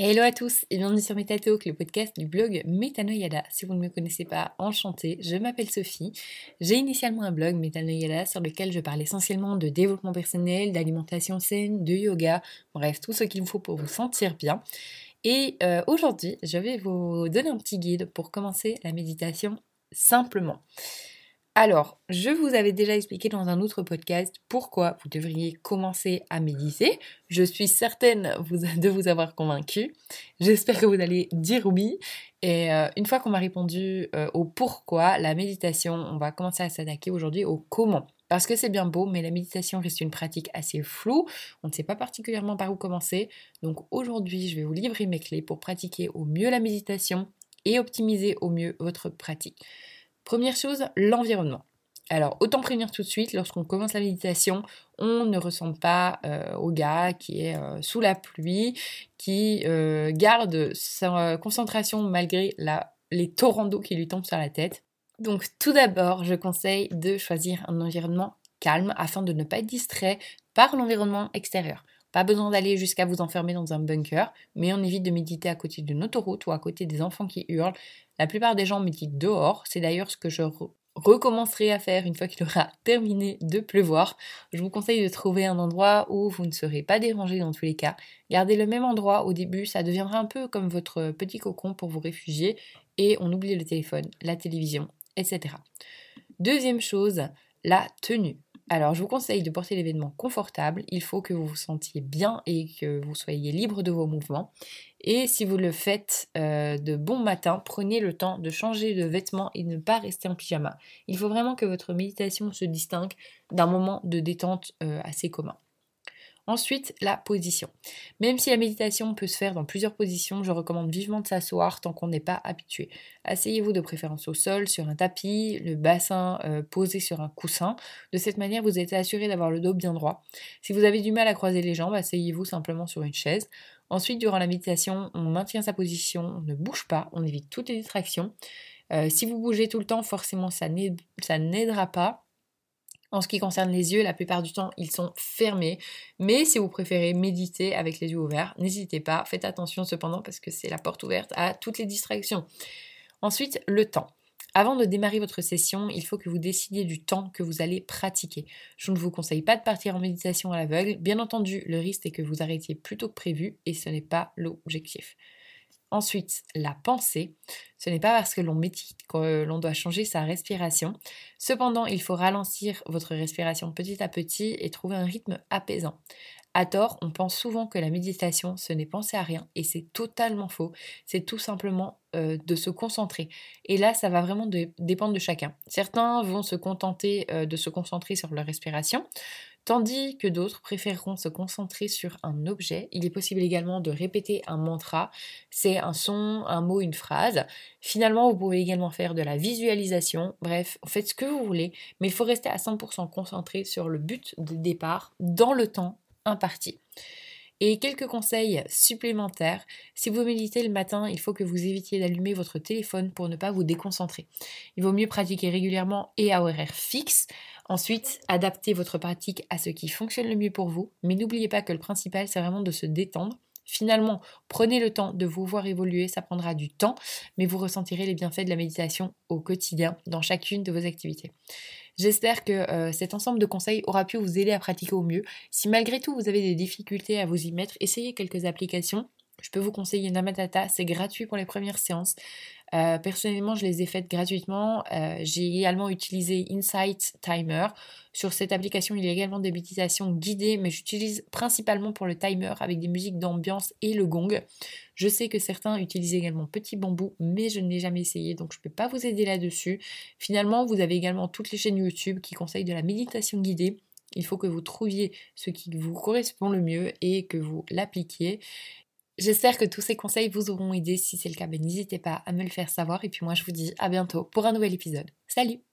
Hello à tous et bienvenue sur MetaTalk, le podcast du blog Metanoïada. Si vous ne me connaissez pas, enchantée, je m'appelle Sophie. J'ai initialement un blog Metanoïada sur lequel je parle essentiellement de développement personnel, d'alimentation saine, de yoga, bref, tout ce qu'il vous faut pour vous sentir bien. Et aujourd'hui, je vais vous donner un petit guide pour commencer la méditation simplement. Alors, je vous avais déjà expliqué dans un autre podcast pourquoi vous devriez commencer à méditer. Je suis certaine de vous avoir convaincu. J'espère que vous allez dire oui. Et une fois qu'on m'a répondu au pourquoi, la méditation, on va commencer à s'attaquer aujourd'hui au comment. Parce que c'est bien beau, mais la méditation reste une pratique assez floue. On ne sait pas particulièrement par où commencer. Donc aujourd'hui, je vais vous livrer mes clés pour pratiquer au mieux la méditation et optimiser au mieux votre pratique. Première chose, l'environnement. Alors, autant prévenir tout de suite, lorsqu'on commence la méditation, on ne ressemble pas au gars qui est sous la pluie, qui garde sa concentration malgré les torrents d'eau qui lui tombent sur la tête. Donc, tout d'abord, je conseille de choisir un environnement calme afin de ne pas être distrait par l'environnement extérieur. Pas besoin d'aller jusqu'à vous enfermer dans un bunker, mais on évite de méditer à côté d'une autoroute ou à côté des enfants qui hurlent. La plupart des gens méditent dehors, c'est d'ailleurs ce que je recommencerai à faire une fois qu'il aura terminé de pleuvoir. Je vous conseille de trouver un endroit où vous ne serez pas dérangé dans tous les cas. Gardez le même endroit au début, ça deviendra un peu comme votre petit cocon pour vous réfugier et on oublie le téléphone, la télévision, etc. Deuxième chose, la tenue. Alors, je vous conseille de porter des vêtements confortables. Il faut que vous vous sentiez bien et que vous soyez libre de vos mouvements. Et si vous le faites de bon matin, prenez le temps de changer de vêtements et ne pas rester en pyjama. Il faut vraiment que votre méditation se distingue d'un moment de détente assez commun. Ensuite, la position. Même si la méditation peut se faire dans plusieurs positions, je recommande vivement de s'asseoir tant qu'on n'est pas habitué. Asseyez-vous de préférence au sol, sur un tapis, le bassin posé sur un coussin. De cette manière, vous êtes assuré d'avoir le dos bien droit. Si vous avez du mal à croiser les jambes, asseyez-vous simplement sur une chaise. Ensuite, durant la méditation, on maintient sa position, on ne bouge pas, on évite toutes les distractions. Si vous bougez tout le temps, forcément, ça n'aidera pas. En ce qui concerne les yeux, la plupart du temps, ils sont fermés. Mais si vous préférez méditer avec les yeux ouverts, n'hésitez pas. Faites attention cependant parce que c'est la porte ouverte à toutes les distractions. Ensuite, le temps. Avant de démarrer votre session, il faut que vous décidiez du temps que vous allez pratiquer. Je ne vous conseille pas de partir en méditation à l'aveugle. Bien entendu, le risque est que vous arrêtiez plus tôt que prévu et ce n'est pas l'objectif. Ensuite, la pensée. Ce n'est pas parce que l'on médite que l'on doit changer sa respiration. Cependant, il faut ralentir votre respiration petit à petit et trouver un rythme apaisant. À tort, on pense souvent que la méditation, ce n'est penser à rien et c'est totalement faux. C'est tout simplement de se concentrer. Et là, ça va vraiment dépendre de chacun. Certains vont se contenter de se concentrer sur leur respiration, tandis que d'autres préféreront se concentrer sur un objet. Il est possible également de répéter un mantra, c'est un son, un mot, une phrase. Finalement, vous pouvez également faire de la visualisation, bref, faites ce que vous voulez, mais il faut rester à 100% concentré sur le but de départ dans le temps imparti. Et quelques conseils supplémentaires. Si vous méditez le matin, il faut que vous évitiez d'allumer votre téléphone pour ne pas vous déconcentrer. Il vaut mieux pratiquer régulièrement et à horaire fixe. Ensuite, adaptez votre pratique à ce qui fonctionne le mieux pour vous. Mais n'oubliez pas que le principal, c'est vraiment de se détendre. Finalement, prenez le temps de vous voir évoluer, ça prendra du temps, mais vous ressentirez les bienfaits de la méditation au quotidien, dans chacune de vos activités. J'espère que cet ensemble de conseils aura pu vous aider à pratiquer au mieux. Si malgré tout vous avez des difficultés à vous y mettre, essayez quelques applications. Je peux vous conseiller Namatata, c'est gratuit pour les premières séances. Personnellement, je les ai faites gratuitement. J'ai également utilisé Insight Timer. Sur cette application, il y a également des méditations guidées, mais j'utilise principalement pour le timer avec des musiques d'ambiance et le gong. Je sais que certains utilisent également Petit Bambou, mais je ne l'ai jamais essayé, donc je ne peux pas vous aider là-dessus. Finalement, vous avez également toutes les chaînes YouTube qui conseillent de la méditation guidée. Il faut que vous trouviez ce qui vous correspond le mieux et que vous l'appliquiez. J'espère que tous ces conseils vous auront aidé. Si c'est le cas, n'hésitez pas à me le faire savoir. Et puis moi, je vous dis à bientôt pour un nouvel épisode. Salut!